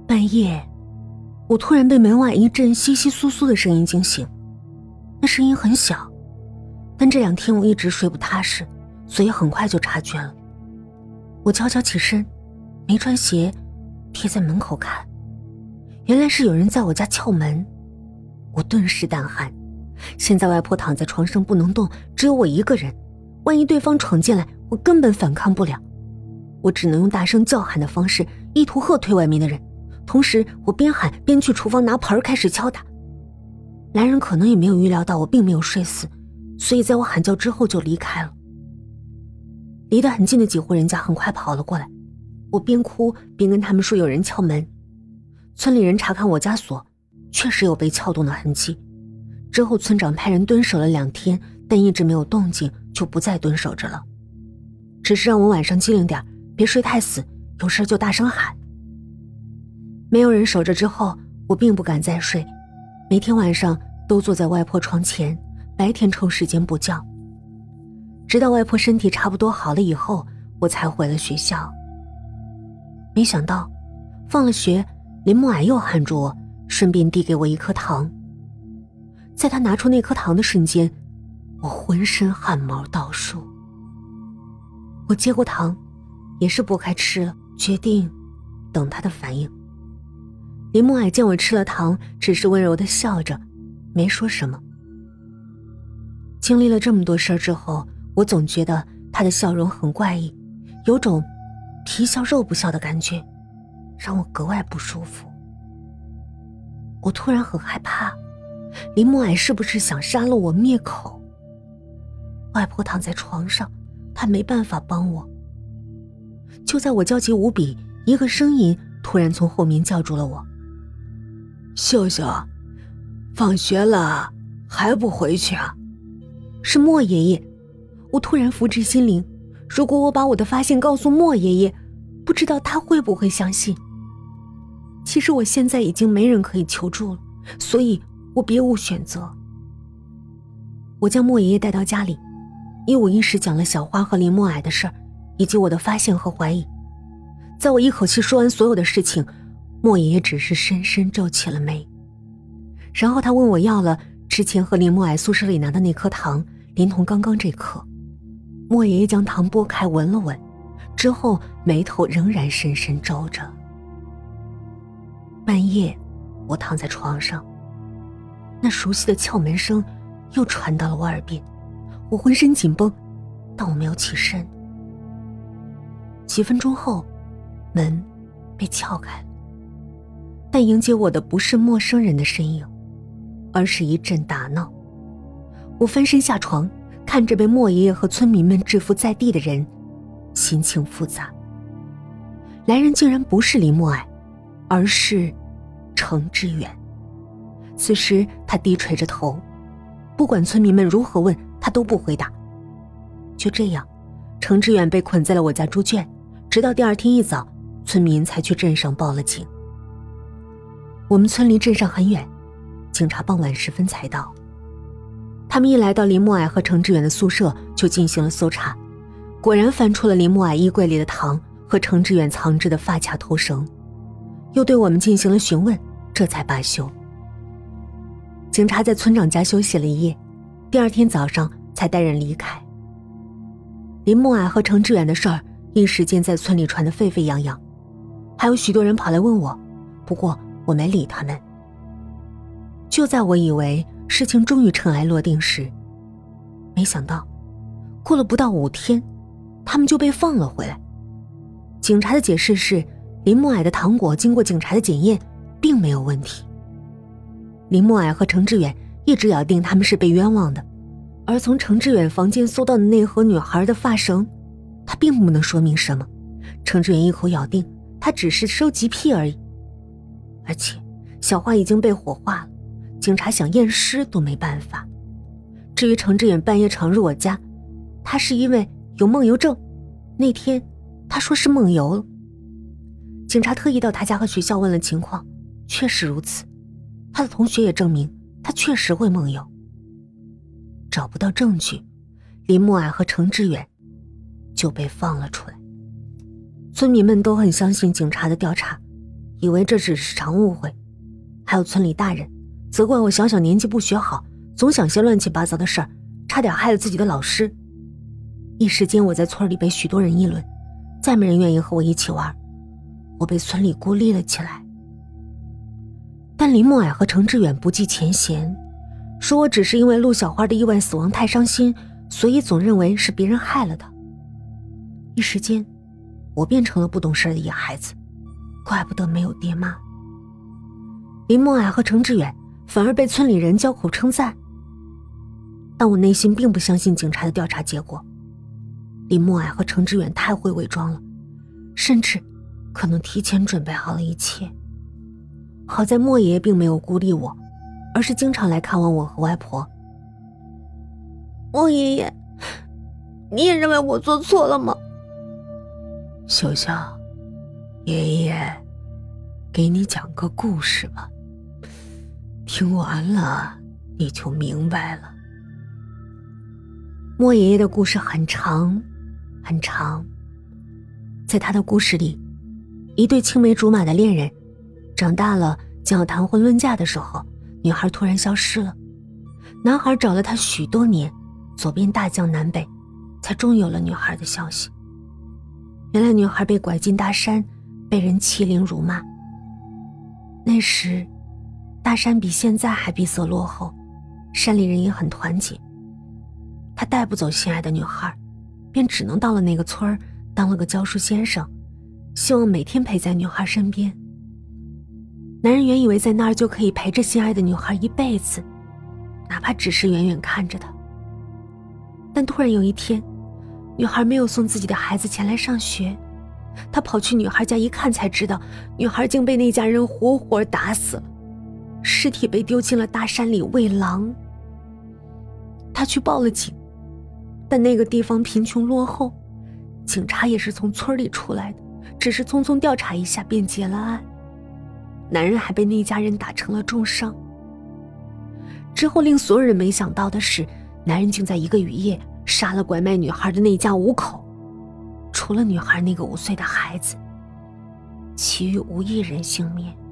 半夜，我突然被门外一阵窸窸窣窣的声音惊醒。那声音很小，但这2天我一直睡不踏实，所以很快就察觉了。我悄悄起身，没穿鞋，贴在门口看，原来是有人在我家撬门。我顿时胆寒，现在外婆躺在床上不能动，只有我一个人，万一对方闯进来，我根本反抗不了。我只能用大声叫喊的方式，意图喝退外面的人，同时我边喊边去厨房拿盆开始敲打。来人可能也没有预料到我并没有睡死，所以在我喊叫之后就离开了。离得很近的几户人家很快跑了过来，我边哭边跟他们说有人撬门。村里人查看我家锁，确实有被撬动的痕迹。之后村长派人蹲守了2天，但一直没有动静，就不再蹲守着了，只是让我晚上机灵点，别睡太死，有事就大声喊。没有人守着之后，我并不敢再睡，每天晚上都坐在外婆床前，白天抽时间补觉。直到外婆身体差不多好了以后，我才回了学校。没想到放了学，林木矮又喊住我，顺便递给我一颗糖。在他拿出那颗糖的瞬间，我浑身汗毛倒竖。我接过糖，也是剥开吃了，决定等他的反应。林木矮见我吃了糖，只是温柔地笑着，没说什么。经历了这么多事儿之后，我总觉得他的笑容很怪异，有种皮笑肉不笑的感觉，让我格外不舒服。我突然很害怕，林木矮是不是想杀了我灭口？外婆躺在床上，她没办法帮我。就在我焦急无比，一个声音突然从后面叫住了我： 秀秀，放学了还不回去啊？ 是莫爷爷。我突然福至心灵，如果我把我的发现告诉莫爷爷，不知道他会不会相信。其实我现在已经没人可以求助了，所以我别无选择。我将莫爷爷带到家里，一五一十讲了小花和林木矮的事儿，以及我的发现和怀疑。在我一口气说完所有的事情，莫爷爷只是深深皱起了眉。然后他问我要了之前和林木矮宿舍里拿的那颗糖，连同刚刚这颗。莫爷爷将糖剥开闻了闻，之后眉头仍然深深皱着。半夜，我躺在床上，那熟悉的撬门声又传到了我耳边，我浑身紧绷，但我没有起身。几分钟后，门被撬开了，但迎接我的不是陌生人的身影，而是一阵打闹。我翻身下床，看着被莫爷爷和村民们制服在地的人，心情复杂。来人竟然不是林木矮，而是程志远。此时他低垂着头，不管村民们如何问，他都不回答。就这样，程志远被捆在了我家猪圈，直到第2天一早，村民才去镇上报了警。我们村离镇上很远，警察傍晚时分才到。他们一来到林木矮和程志远的宿舍，就进行了搜查，果然翻出了林木矮衣柜里的糖和程志远藏着的发卡头绳，又对我们进行了询问，这才罢休。警察在村长家休息了一夜，第2天早上才带人离开。林木矮和程志远的事儿一时间在村里传得沸沸扬扬，还有许多人跑来问我，不过我没理他们。就在我以为事情终于尘埃落定时，没想到过了不到5天，他们就被放了回来。警察的解释是，林木矮的糖果经过警察的检验，并没有问题。林木矮和程志远一直咬定他们是被冤枉的，而从程志远房间搜到的那盒女孩的发绳，他并不能说明什么。程志远一口咬定他只是收集癖而已，而且小花已经被火化了，警察想验尸都没办法。至于程志远半夜闯入我家，他是因为有梦游症，那天他说是梦游了。警察特意到他家和学校问了情况，确实如此，他的同学也证明他确实会梦游。找不到证据，林木矮和程志远就被放了出来。村民们都很相信警察的调查， 以为这只是场误会。还有村里大人责怪我小小年纪不学好，总想些乱七八糟的事儿，差点害了自己的老师。一时间我在村里被许多人议论，再没人愿意和我一起玩，我被村里孤立了起来。但林默霭和程志远不计前嫌，说我只是因为陆小花的意外死亡太伤心，所以总认为是别人害了她。一时间我变成了不懂事的野孩子，怪不得没有爹妈。林默霭和程志远反而被村里人交口称赞，但我内心并不相信警察的调查结果。林默霭和程志远太会伪装了，甚至可能提前准备好了一切。好在莫爷爷并没有孤立我，而是经常来看望我和外婆。莫爷爷，你也认为我做错了吗？ 秀秀，爷爷给你讲个故事吧，听完了你就明白了。 莫爷爷的故事很长很长，在他的故事里，一对青梅竹马的恋人长大了将要谈婚论嫁的时候，女孩突然消失了。男孩找了她许多年，左边大江南北，才终于有了女孩的消息。原来女孩被拐进大山，被人欺凌辱骂。那时大山比现在还闭塞落后，山里人也很团结。他带不走心爱的女孩，便只能到了那个村儿当了个教书先生，希望每天陪在女孩身边。男人原以为在那儿就可以陪着心爱的女孩一辈子，哪怕只是远远看着她。但突然有一天，女孩没有送自己的孩子前来上学，他跑去女孩家一看，才知道女孩竟被那家人活活打死了，尸体被丢进了大山里喂狼。他去报了警，但那个地方贫穷落后，警察也是从村里出来的，只是匆匆调查一下便结了案。男人还被那家人打成了重伤。之后令所有人没想到的是，男人竟在一个雨夜杀了拐卖女孩的那家5口，除了女孩那个5岁的孩子，其余无一人幸免。